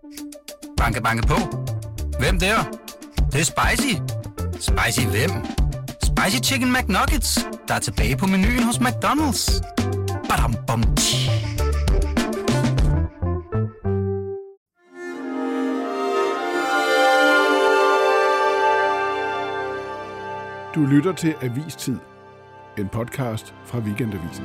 Banke, banke på. Hvem der? Det er spicy. Spicy hvem? Spicy Chicken McNuggets, der er tilbage på menuen hos McDonald's. Badum, bom, Du lytter til Avistid, en podcast fra Weekendavisen.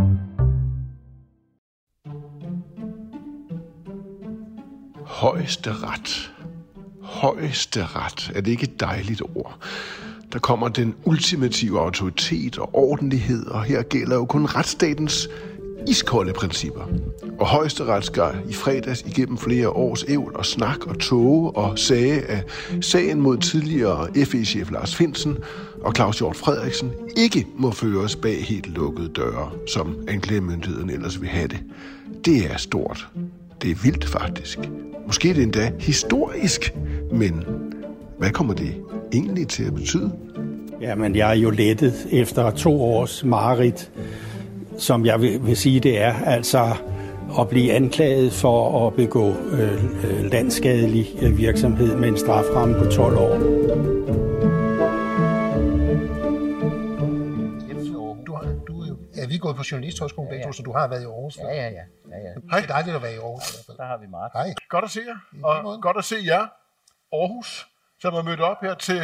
Højesteret. Højesteret. Er det ikke et dejligt ord? Der kommer den ultimative autoritet og ordentlighed, og her gælder jo kun retsstatens iskolde principper. Og Højesteret skal i fredags igennem flere års ævl og snak og tåge og sagde, at sagen mod tidligere FE-chef Lars Findsen og Claus Hjort Frederiksen ikke må føres bag helt lukkede døre, som anklagemyndigheden ellers vil have det. Det er stort. Det er vildt faktisk. Måske er det endda historisk, men hvad kommer det egentlig til at betyde? Jamen, jeg er jo lettet efter 2 års mareridt, som jeg vil sige, det er altså at blive anklaget for at begå landsskadelig virksomhed med en strafferamme på 12 år. Vi er gået på journalisthøjskolen begge to, så du har været i Aarhus. Ja. Hej. Det er dejligt at være i Aarhus i hvert fald. Der har vi meget. Hej. Godt at se jer, og godt at se jer, Aarhus, som er mødt op her til...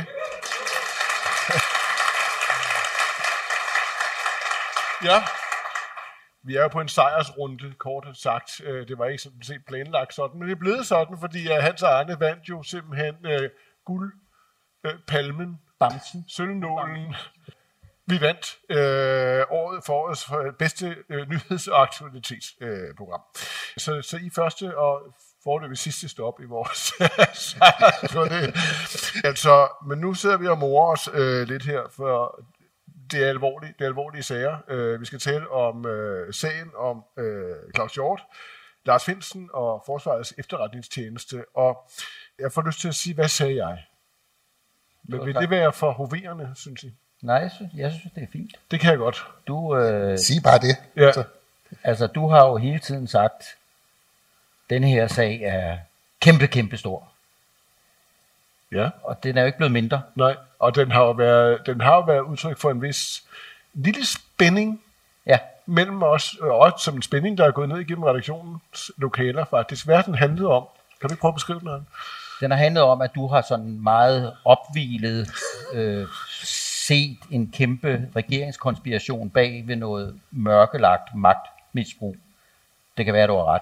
Ja, vi er jo på en sejrsrunde, kort sagt. Det var ikke sådan set planlagt sådan, men det er blevet sådan, fordi Hans og Arne vandt jo simpelthen guldpalmen, Bamsen, sølvnålen. Vi vandt året for årets bedste nyheds- og aktualitetsprogram. Så I første og foreløbig sidste stop i vores det. Altså, men nu sidder vi og morer os lidt her, for det er alvorlige sager. Vi skal tale om sagen om Claus Hjort, Lars Findsen og Forsvarets efterretningstjeneste. Og jeg får lyst til at sige, hvad sagde jeg? Men vil det være for hoverende, synes I? Nej, jeg synes, det er fint. Det kan jeg godt. Sig bare det. Ja. Altså, du har jo hele tiden sagt, denne her sag er kæmpe stor. Ja. Og den er jo ikke blevet mindre. Nej, og den har jo været udtryk for en vis lille spænding mellem os, og som en spænding, der er gået ned igennem redaktionens lokaler faktisk. Hvad har den handlet om? Kan du prøve at beskrive den? Den har handlet om, at du har sådan meget ophvilet set en kæmpe regeringskonspiration bag ved noget mørkelagt magtmisbrug. Det kan være, du har ret.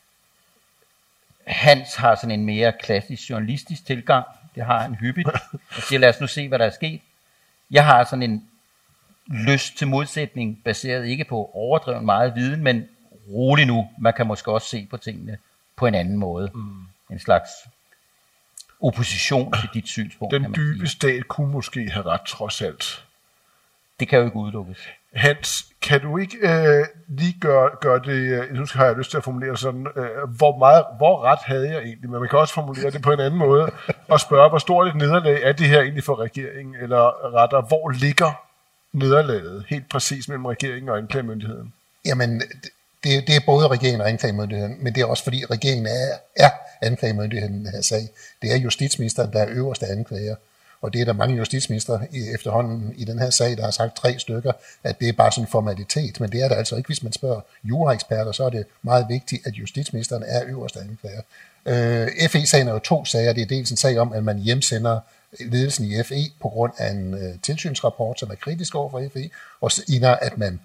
Hans har sådan en mere klassisk journalistisk tilgang. Det har han hyppigt. Og siger, lad os nu se, hvad der er sket. Jeg har sådan en lyst til modsætning, baseret ikke på overdreven meget viden, men rolig nu. Man kan måske også se på tingene på en anden måde. En slags opposition til dit synspunkt. Den dybe stat kunne måske have ret, trods alt. Det kan jo ikke udelukkes. Hans, kan du ikke lige gøre det, nu har jeg lyst til at formulere sådan, hvor ret havde jeg egentlig, men man kan også formulere det på en anden måde, og spørge, hvor stort et nederlag er det her egentlig for regeringen, eller rettere, hvor ligger nederlaget helt præcis mellem regeringen og anklagemyndigheden? Jamen, det er både regeringen og anklagemyndigheden, men det er også fordi regeringen er anklagemyndigheden i den her sag. Det er justitsministeren, der er øverste anklager. Og det er der mange justitsministre efterhånden i den her sag, der har sagt 3 stykker, at det er bare sådan en formalitet. Men det er der altså ikke, hvis man spørger juraeksperter, så er det meget vigtigt, at justitsministeren er øverste anklager. FE-sagen er jo 2 sager. Det er dels en sag om, at man hjemsender ledelsen i FE på grund af en tilsynsrapport, som er kritisk over for FE, og senere, at man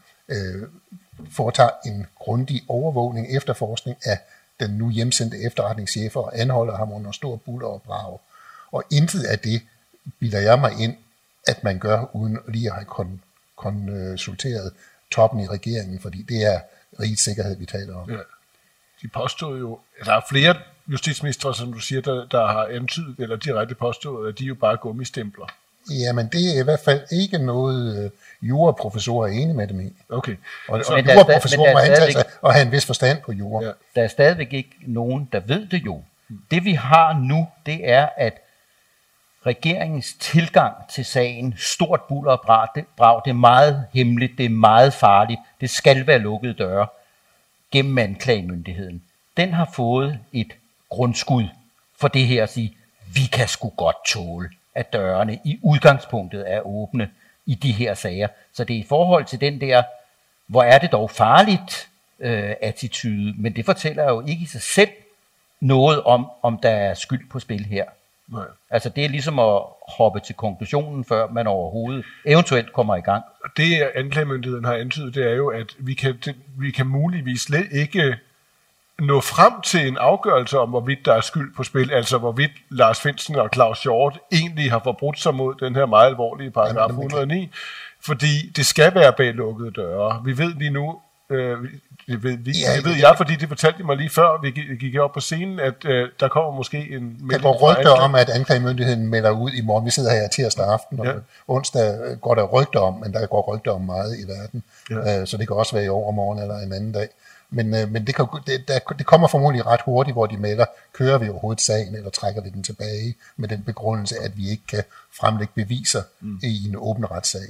foretager en grundig overvågning, efterforskning af den nu hjemsendte efterretningschef og anholder ham under stor buller og brag. Og intet af det bilder jeg mig ind, at man gør, uden lige at have konsulteret toppen i regeringen, fordi det er rigets sikkerhed, vi taler om. Ja. De påstod jo, at der er flere justitsministre, som du siger, der har antydet eller direkte påstået, at de jo bare er gummistempler. Jamen, det er i hvert fald ikke noget juraprofessorer er enige med dem i. Okay. Og juraprofessorer må antage sig og have en vis forstand på jura. Ja. Der er stadigvæk ikke nogen, der ved det jo. Det vi har nu, det er, at regeringens tilgang til sagen, stort buller og brag, det er meget hemmeligt, det er meget farligt, det skal være lukkede døre gennem anklagemyndigheden. Den har fået et grundskud for det her at sige, vi kan sgu godt tåle, at dørene i udgangspunktet er åbne i de her sager. Så det er i forhold til den der, hvor er det dog farligt attitude, men det fortæller jo ikke i sig selv noget om der er skyld på spil her. Nej. Altså det er ligesom at hoppe til konklusionen, før man overhovedet eventuelt kommer i gang. Det anklagemyndigheden har antydet, det er jo, at vi kan muligvis slet ikke nå frem til en afgørelse om, hvorvidt der er skyld på spil, altså hvorvidt Lars Findsen og Claus Hjort egentlig har forbrudt sig mod den her meget alvorlige paragraf 109, fordi det skal være bag lukkede døre. Vi ved lige nu, det ved jeg, fordi det fortalte mig lige før, vi gik op på scenen, at der kommer måske en melding. Der går rygter om, at anklagemyndigheden melder ud i morgen. Vi sidder her tirsdag aften, og onsdag går der rygter om, men der går rygter om meget i verden. Ja. Så det kan også være i overmorgen eller en anden dag. Men det kommer formodentlig ret hurtigt, hvor de melder, kører vi overhovedet sagen, eller trækker vi den tilbage med den begrundelse, at vi ikke kan fremlægge beviser i en åben retssag.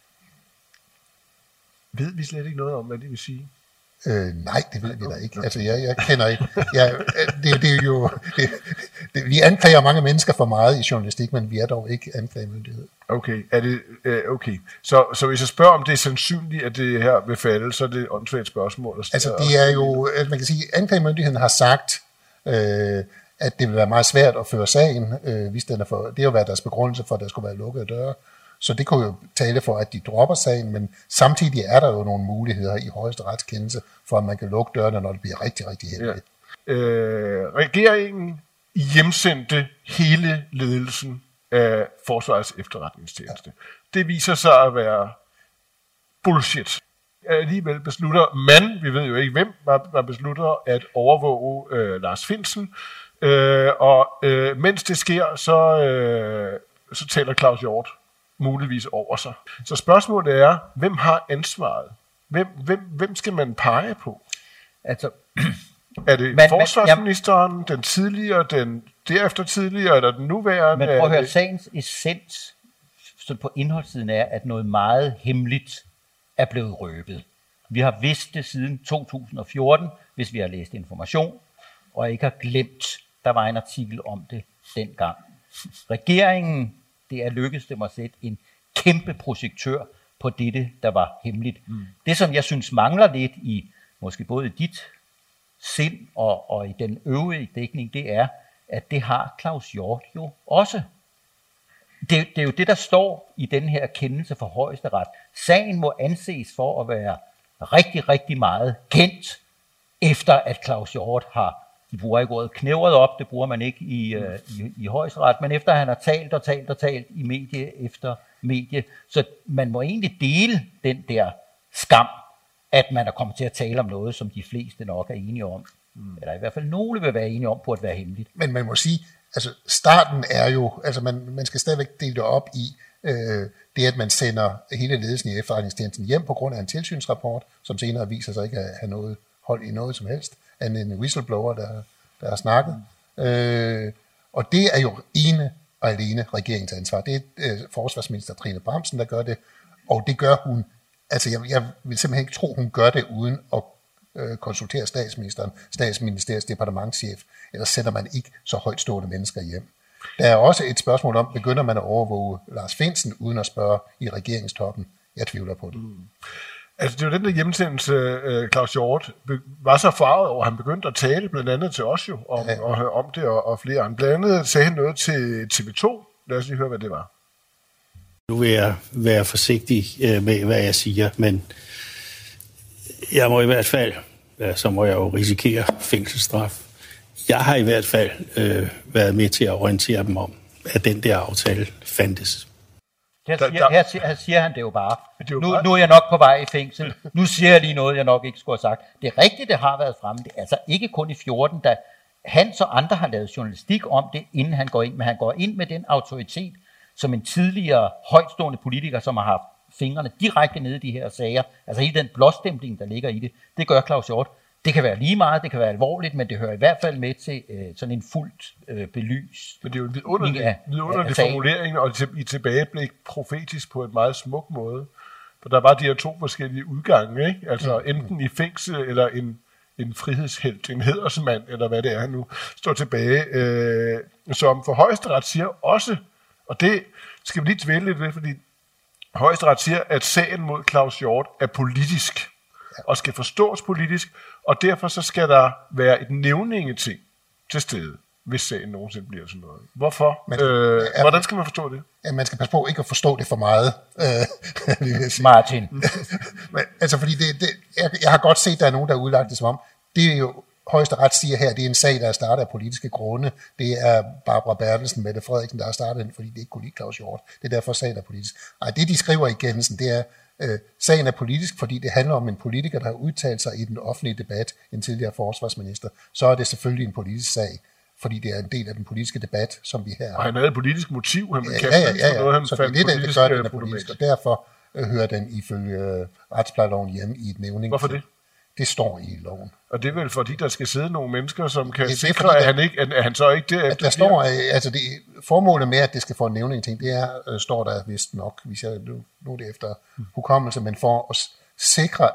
Ved vi slet ikke noget om, hvad det vil sige? Nej, det ved vi da ikke. Altså, jeg kender ikke. Det er jo... vi anklager mange mennesker for meget i journalistik, men vi er dog ikke anklagemyndighed. Okay, okay. Så hvis jeg spørger, om det er sandsynligt, at det her vil falde, så er det et åndssvagt spørgsmål. Altså, det er jo... Man kan sige, at anklagemyndigheden har sagt, at det vil være meget svært at føre sagen, hvis den er for... Det har jo været deres begrundelse for, at der skulle være lukkede døre. Så det kunne jo tale for, at de dropper sagen, men samtidig er der jo nogle muligheder i højeste retskendelse, for at man kan lukke dørene, når det bliver rigtig, rigtig heldigt. Ja. Regeringen hjemsendte hele ledelsen af Forsvarets efterretningstjeneste. Ja. Det viser sig at være bullshit. Alligevel beslutter man, vi ved jo ikke hvem, der beslutter at overvåge Lars Findsen, og mens det sker, så taler Claus Hjort muligvis over sig. Så spørgsmålet er, hvem har ansvaret? Hvem skal man pege på? Altså, er det forsvarsministeren, den tidligere, den derefter tidligere, eller den nuværende? Men prøv at høre, sagens essens så på indholdssiden er, at noget meget hemmeligt er blevet røbet. Vi har vidst det siden 2014, hvis vi har læst Information, og ikke har glemt, der var en artikel om det dengang. Regeringen, det er lykkedes dem at sætte en kæmpe projektør på dette, der var hemmeligt. Det, som jeg synes mangler lidt i, måske både i dit sind og i den øvrige dækning, det er, at det har Claus Hjort jo også. Det er jo det, der står i den her kendelse for Højesteret. Sagen må anses for at være rigtig, rigtig meget kendt, efter at Claus Hjort har, de bruger ikke ordet knævret op, det bruger man ikke i Højesteret, men efter han har talt i medie efter medie. Så man må egentlig dele den der skam, at man er kommet til at tale om noget, som de fleste nok er enige om. Eller i hvert fald nogle vil være enige om på at være hemmeligt. Men man må sige, altså starten er jo, altså man skal stadigvæk dele det op i det, at man sender hele ledelsen i efterretningstjenesten hjem på grund af en tilsynsrapport, som senere viser sig ikke at have noget hold i noget som helst, end en whistleblower, der har snakket. Og det er jo ene og alene regeringens ansvar. Det er forsvarsminister Trine Bramsen, der gør det, og det gør hun, altså jeg vil simpelthen ikke tro, hun gør det uden at konsultere statsministeren, statsministeriets departementschef, ellers sender man ikke så højtstående mennesker hjem. Der er også et spørgsmål om, begynder man at overvåge Lars Findsen uden at spørge i regeringstoppen? Jeg tvivler på det. Altså det var den der hjemsendelse, Claus Hjort var så farvet over, at han begyndte at tale blandt andet til os jo, om det og flere andre. Blandt andet sagde han noget til TV2. Lad os lige høre, hvad det var. Nu vil jeg være forsigtig med, hvad jeg siger, men jeg må i hvert fald, så må jeg jo risikere fængselsstraf. Jeg har i hvert fald været med til at orientere dem om, at den der aftale fandtes. Her siger han det jo bare. Nu er jeg nok på vej i fængsel. Nu siger jeg lige noget, jeg nok ikke skulle have sagt. Det er rigtigt, det har været fremme. Det er altså ikke kun i 14, da Hans og andre har lavet journalistik om det, inden han går ind. Men han går ind med den autoritet, som en tidligere højtstående politiker, som har haft fingrene direkte nede i de her sager. Altså i den blåstempling, der ligger i det. Det gør Claus Hjort. Det kan være lige meget, det kan være alvorligt, men det hører i hvert fald med til sådan en fuldt belyst. Men det er jo en vidunderlig formulering, og i tilbageblik profetisk på en meget smuk måde. For der var de her to forskellige udgange, ikke? Altså enten i fængsel eller en frihedshelt, en hædersmand, eller hvad det er, han nu står tilbage, som for Højesteret siger også, og det skal vi lige dvæle lidt ved, fordi Højesteret siger, at sagen mod Claus Hjort er politisk, og skal forstås politisk, og derfor så skal der være et nævningeting til stede, hvis sagen nogensinde bliver sådan noget. Hvorfor? Hvordan skal man forstå det? Ja, man skal passe på ikke at forstå det for meget. Martin. Men, altså, fordi jeg har godt set, at der er nogen, der har udlagt det som om, det er jo, Højesteret siger her, det er en sag, der er startet af politiske grunde. Det er Barbara Bertelsen, Mette Frederiksen, der har startet den, fordi det ikke kunne lide Claus Hjort. Det er derfor sagen er politisk. Ej, det de skriver i kendelsen, det er, sagen er politisk, fordi det handler om en politiker, der har udtalt sig i den offentlige debat, en tidligere forsvarsminister. Så er det selvfølgelig en politisk sag, fordi det er en del af den politiske debat, som vi her har. Og han havde et politisk motiv, han ville noget, han så fandt det er det, der gør, den er politisk, og derfor hører den ifølge retsplejeloven hjemme i et nævning. Hvorfor det? Det står i loven. Og det er vel fordi, der skal sidde nogle mennesker, som kan sikre, at han så ikke derefter... Der står, altså formålet med, at det skal få en nævning ting, det er, står der vist nok, hvis jeg nu det efter hukommelse, men for at sikre,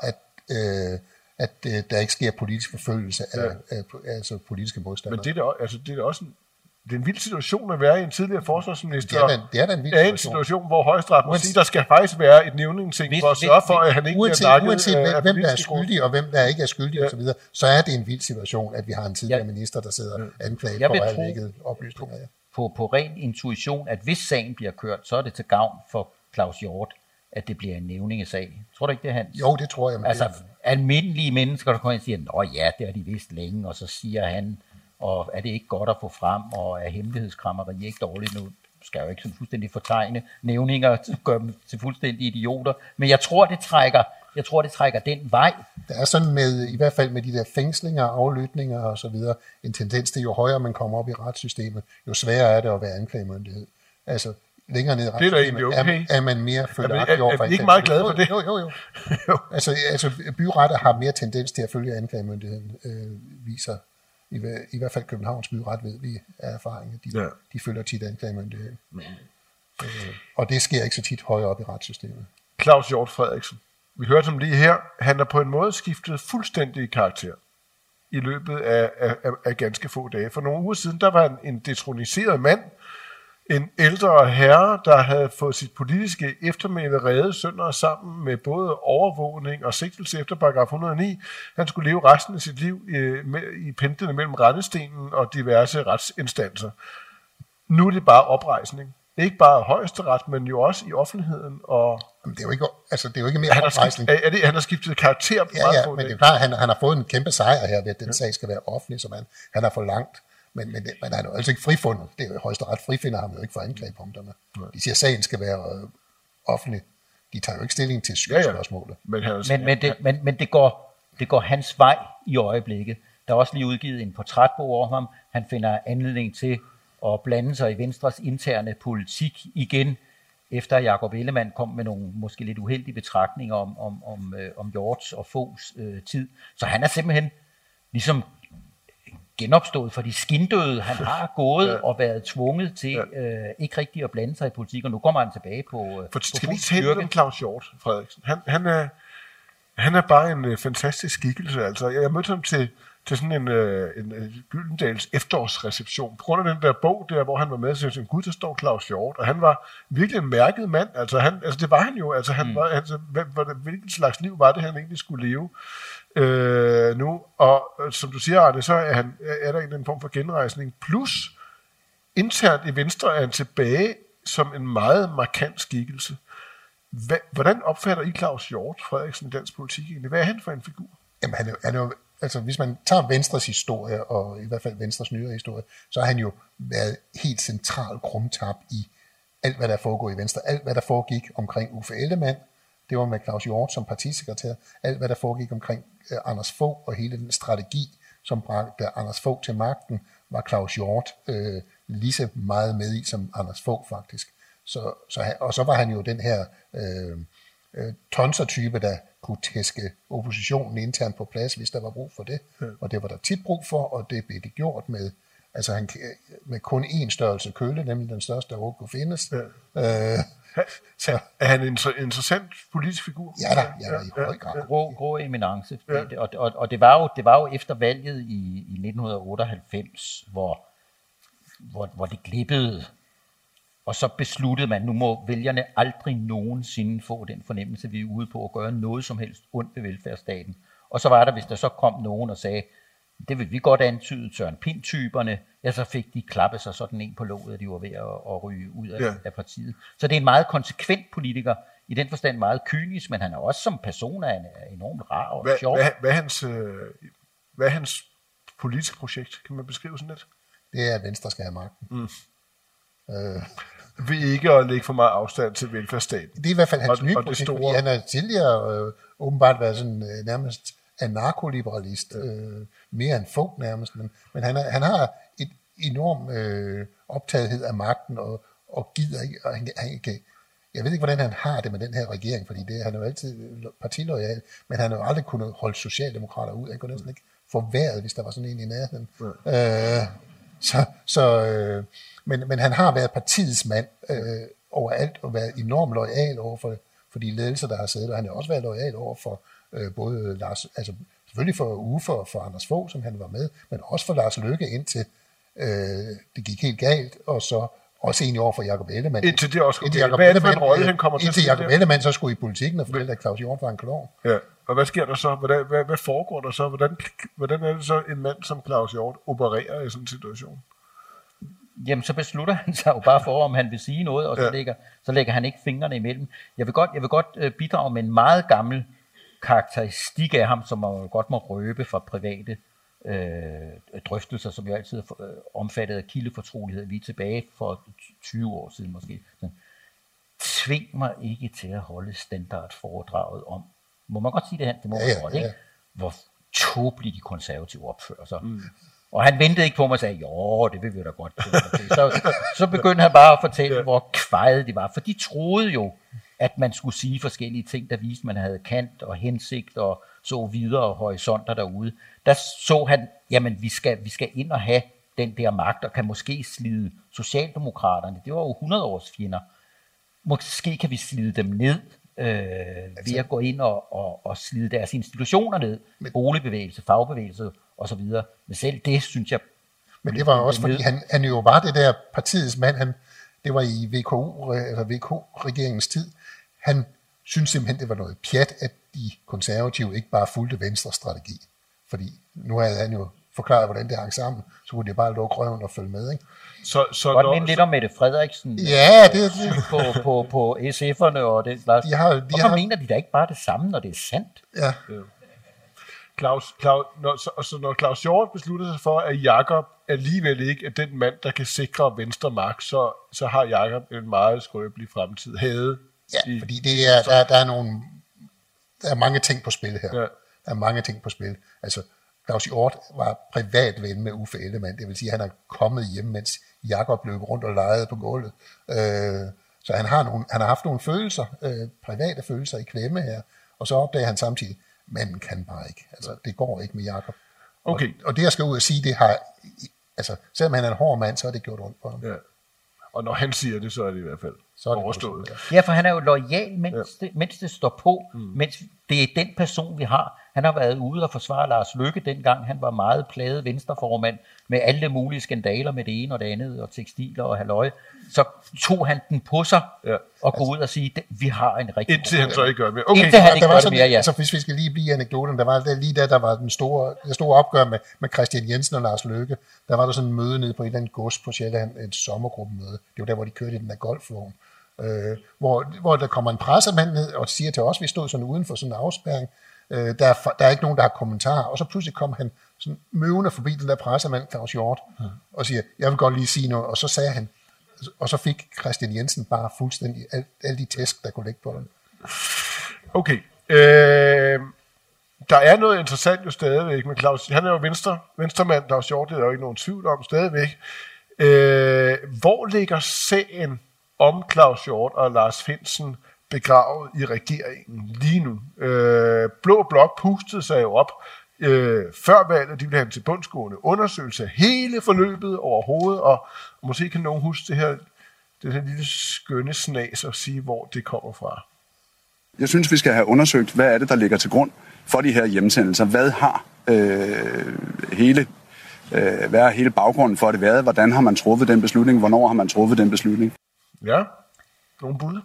at der ikke sker politisk forfølgelse af altså politiske modstandere. Men det er da også det er en vild situation at være i en tidligere forsvarsminister. Det er en vild situation. En situation, hvor Højesteret må sige, der skal faktisk være et nævningsting for at sørge for, at han ikke bliver nakket. Uanset hvem der er skyldig, og hvem der ikke er skyldig osv., så er det en vild situation, at vi har en tidligere minister, der sidder anklaget på at have lækket oplysninger. På ren intuition, at hvis sagen bliver kørt, så er det til gavn for Claus Hjort, at det bliver en nævningesag. Tror du ikke det, Hans? Jo, det tror jeg. Altså, almindelige mennesker, der kommer ind og siger, nå ja, det har de vidst længe, og så siger han, og er det ikke godt at få frem, og er hemmelighedskrammeri ikke dårligt nu? Skal jeg jo ikke sådan fuldstændig fortegne nævninger, gøre dem til fuldstændig idioter, men jeg tror, det trækker den vej. Der er sådan med, i hvert fald med de der fængslinger, aflytninger og så videre, en tendens til, jo højere man kommer op i retssystemet, jo sværere er det at være anklagemyndighed. Altså, længere ned i retssystemet er man mere følgeagtig over for anklagemyndighed. Er vi ikke meget glade for det? Jo. Altså, byretter har mere tendens til at følge anklagemyndigheden, viser i hvert fald Københavns byret ved vi af erfaring, de følger tit anklagemyndigheden. Og det sker ikke så tit højere op i retssystemet. Claus Hjort Frederiksen. Vi hørte ham lige her. Han er på en måde skiftet fuldstændig karakter i løbet af ganske få dage. For nogle uger siden, der var han en detroniseret mand, en ældre herre, der havde fået sit politiske eftermæle reddet sønder sammen med både overvågning og sigtelse efter paragraf 109. Han skulle leve resten af sit liv i pendlene mellem Rendestenen og diverse retsinstanser. Nu er det bare oprejsning. Ikke bare Højesteret, men jo også i offentligheden. Og det er jo ikke mere oprejsning. Han har skiftet karakter. Ja, men det er klart, han har fået en kæmpe sejr her ved, at den sag skal være offentlig, som han har forlangt. Men han er jo altså ikke frifundet. Det er jo Højesteret frifinder ham jo ikke for anklagepunkterne. De siger, at sagen skal være offentlig. De tager jo ikke stilling til skyldsspørgsmålet. Men det går hans vej i øjeblikket. Der er også lige udgivet en portrætbog over ham. Han finder anledning til at blande sig i Venstres interne politik igen, efter Jakob Ellemann kom med nogle måske lidt uheldige betragtninger om Hjorts og Foghs tid. Så han er simpelthen ligesom genopstået for de skindøde. Han har gået og været tvunget til ikke rigtig at blande sig i politik, og nu kommer han tilbage på skal vi tale om Claus Hjort Frederiksen? Han er bare en fantastisk skikkelse. Altså, jeg mødte ham til sådan en Gyldendals efterårsreception. På grund af den der bog der, hvor han var med, så jeg gud, der står Claus Hjort, og han var virkelig en mærket mand. Altså, det var han jo. Altså, hvilken slags liv var det, han egentlig skulle leve nu? Og som du siger, Arne, så er der en form for genrejsning. Plus, internt i Venstre er han tilbage som en meget markant skikkelse. Hvordan opfatter I Claus Hjort Frederiksen i dansk politik egentlig? Hvad er han for en figur? Jamen, han er jo altså, hvis man tager Venstres historie, og i hvert fald Venstres nyere historie, så har han jo været helt central krumtap i alt, hvad der foregår i Venstre. Alt, hvad der foregik omkring Uffe Ellemann, det var med Claus Hjort som partisekretær. Alt, hvad der foregik omkring Anders Fogh og hele den strategi, som bragte Anders Fogh til magten, var Claus Hjort lige så meget med i som Anders Fogh faktisk. Og så var han jo den her tonser-type, der kunne tæske oppositionen internt på plads, hvis der var brug for det. Og det var der tit brug for, og det blev det gjort med, altså med kun én størrelse kølle, nemlig den største, der overhovedet kunne findes. Er han en interessant politisk figur? Ja, i høj grad. Grå eminence. Ja. Og det var jo efter valget i 1998, hvor det glippede. Og så besluttede man, nu må vælgerne aldrig nogensinde få den fornemmelse, vi er ude på at gøre noget som helst ondt ved velfærdsstaten. Og så var der, hvis der så kom nogen og sagde, det vil vi godt antyde, Søren Pind-typerne, ja, så fik de klappet sig sådan en på låget, at de var ved at ryge ud af partiet. Så det er en meget konsekvent politiker, i den forstand meget kynisk, men han er også som person er enormt rar og sjov. Hvad er hans politiske projekt? Kan man beskrive sådan lidt? Det er, at Venstre skal have magten. Ved ikke at lægge for meget afstand til velfærdsstaten. Det er i hvert fald hans nye projekt, fordi han har tidligere åbenbart været sådan nærmest anarkoliberalist, mere end folk nærmest, men han har et enorm optagethed af magten, og gider ikke, og han kan, jeg ved ikke, hvordan han har det med den her regering, fordi han er jo altid partiloyal, men han har jo aldrig kunnet holde socialdemokrater ud, han kunne næsten ikke få vejret, hvis der var sådan en i nærheden. Men han har været partiets mand overalt, og været enormt loyal over for de ledelser, der har siddet, og han har også været loyal over for både Lars, altså selvfølgelig for Uffe og for Anders Fogh, som han var med, men også for Lars Løkke, indtil det gik helt galt, og så også egentlig over for Jakob Ellemann. Indtil det også skulle galt. Hvad er det for en rolle, han kommer til? Indtil Jakob Ellemann så skulle i politikken og fortælle, at Claus Hjort var en klovn. Ja, og hvad sker der så? Hvad foregår der så? Hvordan er det så, en mand som Claus Hjort opererer i sådan en situation? Jamen, så beslutter han sig jo bare for, om han vil sige noget, og så lægger han ikke fingrene imellem. Jeg vil godt bidrage med en meget gammel karakteristik af ham, som man godt må røbe fra private drøftelser, som jo altid er omfattet af kildefortrolighed. Vi er tilbage for 20 år siden måske. Så, tving mig ikke til at holde standardforedraget om, må man godt sige det her? Det må man godt, ikke? Hvor tåbeligt de konservative opfører sig. Og han ventede ikke på mig og sagde, jo, det vil vi da godt. Så begyndte han bare at fortælle, hvor kvejet de var. For de troede jo, at man skulle sige forskellige ting, der viste, at man havde kant og hensigt og så videre horisonter derude. Der så han, jamen vi skal ind og have den der magt, og kan måske slide Socialdemokraterne. Det var jo 100 års fjender. Måske kan vi slide dem ned ved at gå ind og slide deres institutioner ned. Boligbevægelse, fagbevægelse og så videre. Men selv det, synes jeg... Men det var også, fordi han jo var det der partiets mand. Det var i VK-regeringens tid. Han synes simpelthen, det var noget pjat, at de konservative ikke bare fulgte Venstres strategi. Fordi nu havde han jo forklaret, hvordan det hang sammen, så kunne de bare lukke røven og følge med, ikke? Godt minde lidt om Mette Frederiksen. Ja, det på SF'erne og det. Hvorfor mener de da ikke bare det samme, når det er sandt? Ja. Når Claus Hjort besluttede sig for, at Jakob alligevel ikke er den mand, der kan sikre venstre magt, så har Jakob en meget skrøbelig fremtid. Fordi der er mange ting på spil her. Ja. Der er mange ting på spil. Altså, Claus Hjort var privat ven med Uffe Ellemann. Det vil sige, at han er kommet hjem, mens Jakob løb rundt og legede på gulvet. Så han har haft nogle følelser, private følelser i klemme her. Og så opdager han samtidig, manden kan bare ikke. Altså, det går ikke med Jakob. Okay. Og det, jeg skal ud og sige, det har... Altså, selvom han er en hård mand, så har det gjort ondt på ham. Ja. Og når han siger det, så er det i hvert fald overstået. Ja, for han er jo loyal, mens det står på, mens det er den person, vi har. Han har været ude og forsvare Lars Løkke dengang. Han var meget plaget venstreformand med alle mulige skandaler med det ene og det andet, og tekstiler og halløj. Så tog han den på sig og gå ud og sige, vi har en rigtig... Indtil han så ikke gør det mere. Okay. Indtil han ikke gør det mere, ja. Altså, hvis vi skal lige blive anekdoten, der var lige der var det store opgør med Christian Jensen og Lars Løkke. Der var der sådan en møde nede på et eller andet gods på Sjælland, et sommergruppemøde. Det var der, hvor de kørte i den der golfvogn. Hvor der kommer en pressemand ned og siger til os, vi stod sådan uden for sådan en afspærring, der er ikke nogen, der har kommentarer, og så pludselig kom han sådan møvende forbi den der pressemand, Claus Hjort, og siger, jeg vil godt lige sige noget, og så sagde han, og så fik Christian Jensen bare fuldstændig alle de tæsk, der kunne ligge på dem. Okay. Der er noget interessant jo stadigvæk med Claus. Han er jo venstremand, Claus Hjort, det er jo ikke nogen tvivl om stadigvæk. Hvor ligger sagen om Claus Hjort og Lars Findsen begravet i regeringen lige nu? Blå Blok pustede sig jo op før valget. De ville have en tilbundsgående undersøgelse af hele forløbet overhovedet, og måske kan nogen huske det her den her lille skønne snas og sige, hvor det kommer fra. Jeg synes, vi skal have undersøgt, hvad er det, der ligger til grund for de her hjemsendelser. Hvad har hvad er hele baggrunden for det været? Hvordan har man truffet den beslutning? Hvornår har man truffet den beslutning? Ja, nogle bud.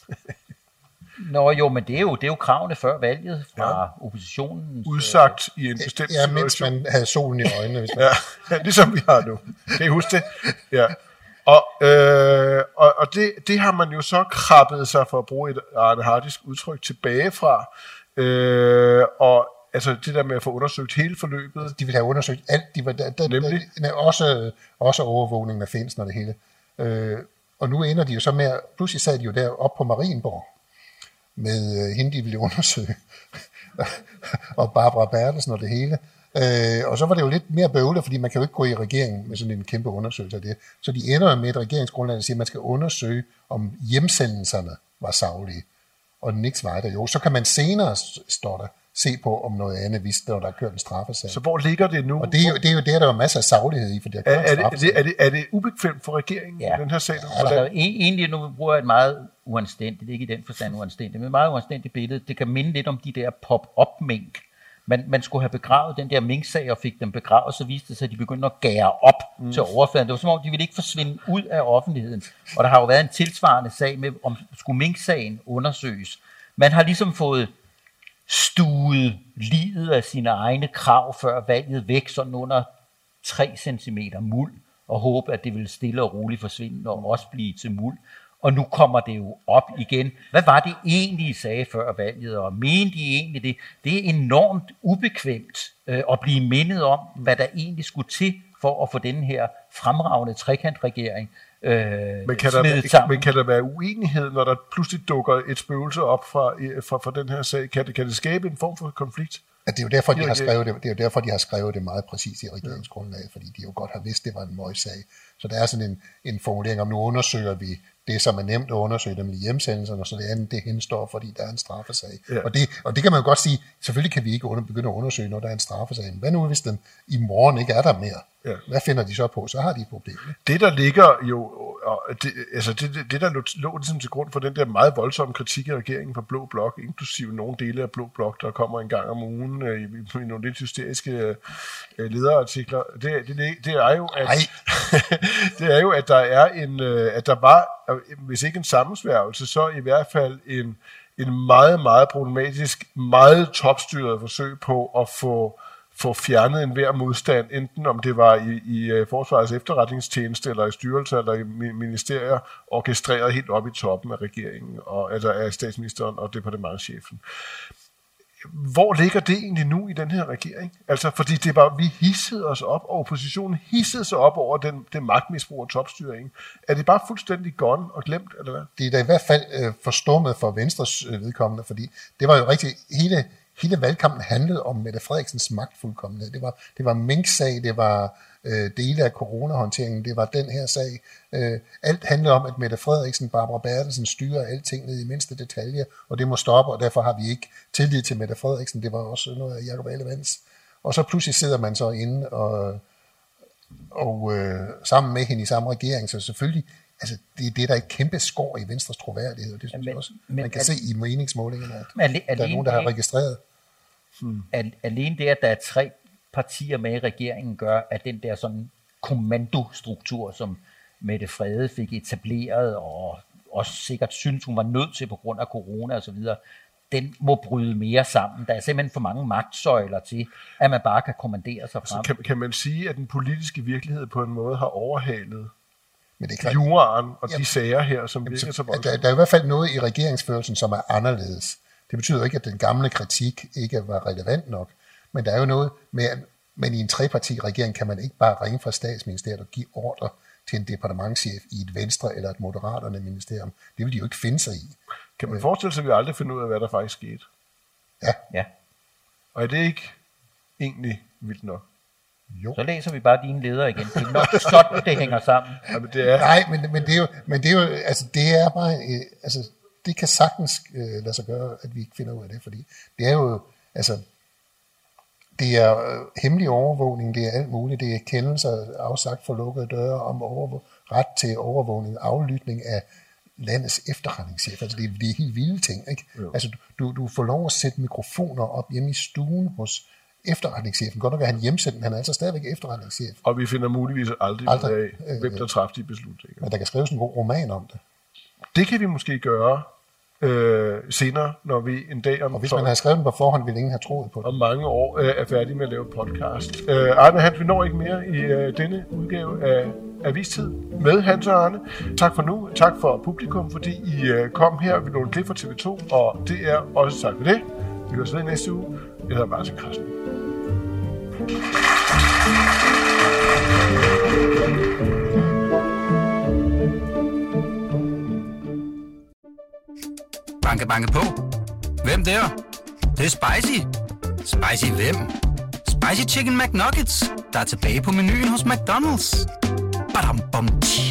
Nå jo, men det er jo kravene før valget fra oppositionen. Udsagt i en bestemt situation. Ja, mens man havde solen i øjnene. Hvis man... Ja, ligesom vi har nu. Kan I huske det? Ja. Og det har man jo så krabbet sig, for at bruge et Arne Hardisk udtryk, tilbage fra. Og altså det der med at få undersøgt hele forløbet. De ville have undersøgt alt. De var også overvågningen af Finsen og det hele. Og nu ender de jo så med, pludselig sad de jo der op på Marienborg med hende, de ville undersøge, og Barbara Bertelsen og det hele. Og så var det jo lidt mere bøvlet, fordi man kan jo ikke gå i regeringen med sådan en kæmpe undersøgelse af det. Så de ender med et regeringsgrundlag, der siger, at man skal undersøge, om hjemsendelserne var saglige, og den ikke svarer der. Jo, så kan man senere, står der, se på, om noget andet vidste, når der er kørt en straffesag. Så hvor ligger det nu? Og det er jo der er masser af saglighed i, for det er det ubekvemt for regeringen, den her sag? Altså, egentlig, nu bruger jeg et meget uanstændigt, det er ikke i den forstand uanstændigt, men et meget uanstændigt billede. Det kan minde lidt om de der pop-up-mink. Man skulle have begravet den der mink-sag og fik dem begravet, så viste det sig, at de begyndte at gære op til overfladen. Det var som om, de ville ikke forsvinde ud af offentligheden. Og der har jo været en tilsvarende sag med, om skulle mink-sagen undersøges. Man har ligesom fået stuet livet af sine egne krav før valget væk, sådan under 3 centimeter muld, og håbe, at det ville stille og roligt forsvinde og også blive til muld. Og nu kommer det jo op igen. Hvad var det egentlig, I sagde før valget, og mente I egentlig det? Det er enormt ubekvemt at blive mindet om, hvad der egentlig skulle til for at få den her fremragende trekantregering men kan der være uenighed, når der pludselig dukker et spøgelse op fra den her sag? Kan det skabe en form for konflikt? Ja, det er jo derfor, de har skrevet det. Det er jo derfor, de har skrevet det meget præcist i regeringsgrundlaget, fordi de jo godt har vidst, det var en møgssag. Så der er sådan en formulering om, nu undersøger vi det, som er nemt at undersøge, nemlig hjemsendelserne, og så det andet, det henstår, fordi der er en straffesag. Ja. Og det kan man jo godt sige, selvfølgelig kan vi ikke begynde at undersøge, når der er en straffesag. Men hvad nu, hvis den i morgen ikke er der mere? Ja. Hvad finder de så på? Så har de et problem. Det, der ligger jo, det der lå ligesom til grund for den der meget voldsomme kritik af regeringen fra Blå Blok, inklusive nogle dele af Blå Blok, der kommer en gang om ugen i nogle lidt hysteriske lederartikler, det er jo, at det er jo, at der er at der var, hvis ikke en sammensværgelse, så i hvert fald en meget, meget problematisk, meget topstyret forsøg på at få fjernet enhver modstand, enten om det var i Forsvarets efterretningstjeneste, eller i styrelser, eller i ministerier, orkestreret helt op i toppen af regeringen, altså af statsministeren og departementschefen. Hvor ligger det egentlig nu i den her regering? Altså, fordi vi hissede os op, og oppositionen hissede sig op over den magtmisbrug og topstyring. Er det bare fuldstændig gone og glemt, eller hvad? Det er da i hvert fald forstummet for Venstres vedkommende, fordi det var jo rigtig hele valgkampen handlede om Mette Frederiksens magtfuldkommenhed. Det var mink-sag, det var dele af coronahåndteringen, det var den her sag. Alt handlede om, at Mette Frederiksen, Barbara Bertelsen styrer alting ned i mindste detalje, og det må stoppe, og derfor har vi ikke tillid til Mette Frederiksen. Det var også noget af Jakob Ellemanns. Og så pludselig sidder man så inde og sammen med hende i samme regering, så selvfølgelig, altså det er der et kæmpe skår i Venstres troværdighed, og det synes jeg også, man kan se i meningsmålingerne, at der er nogen, der har registreret. Alene det, at der er 3 partier med i regeringen, gør, at den der sådan kommandostruktur, som Mette Frede fik etableret, og også sikkert synes, hun var nødt til på grund af corona og så videre, den må bryde mere sammen. Der er simpelthen for mange magtsøjler til, at man bare kan kommandere sig frem. Så kan man sige, at den politiske virkelighed på en måde har overhalet juraen og de sager her, som virker så voldsomt? Der er i hvert fald noget i regeringsførelsen, som er anderledes. Det betyder ikke, at den gamle kritik ikke var relevant nok, men der er jo noget med, men i en treparti-regering kan man ikke bare ringe fra statsministeriet og give ordre til en departementschef i et Venstre eller et Moderaterne ministerium. Det vil de jo ikke finde sig i. Kan man forestille sig, at vi aldrig finder ud af, hvad der faktisk skete? Ja. Og er det ikke egentlig vildt nok? Jo. Så læser vi bare dine ledere igen. Det er nok sådan, det hænger sammen. Ja, men det er... Nej, men det er jo, altså det er bare, altså det kan sagtens lade sig gøre, at vi ikke finder ud af det, fordi det er jo, altså Det er hemmelig overvågning, det er alt muligt. Det er kendelser afsagt for lukkede døre om ret til overvågning, aflytning af landets efterretningschef. Altså det er helt vilde ting, ikke? Altså du får lov at sætte mikrofoner op hjemme i stuen hos efterretningschefen. Godt nok er han hjemsendt, han er altså stadigvæk efterretningschef. Og vi finder muligvis aldrig ud af, hvem der træffede de beslutninger. Men der kan skrives en god roman om det. Det kan vi måske gøre senere, når vi en dag om... Og hvis man har skrevet den på forhånd, vil ingen have troet på det. Om mange år er færdige med at lave podcast. Arne Hans, vi når ikke mere i denne udgave af Avistid med Hans og Arne. Tak for nu. Tak for publikum, fordi I kom her. Vi lånte klip fra TV2, og det er også tak for det. Vi høres ved næste uge. Jeg hedder Martin Krasnik. Banke, banke på. Hvem der? Det er spicy. Spicy hvem? Spicy Chicken McNuggets, der er tilbage på menuen hos McDonald's. Badum, bom, tji.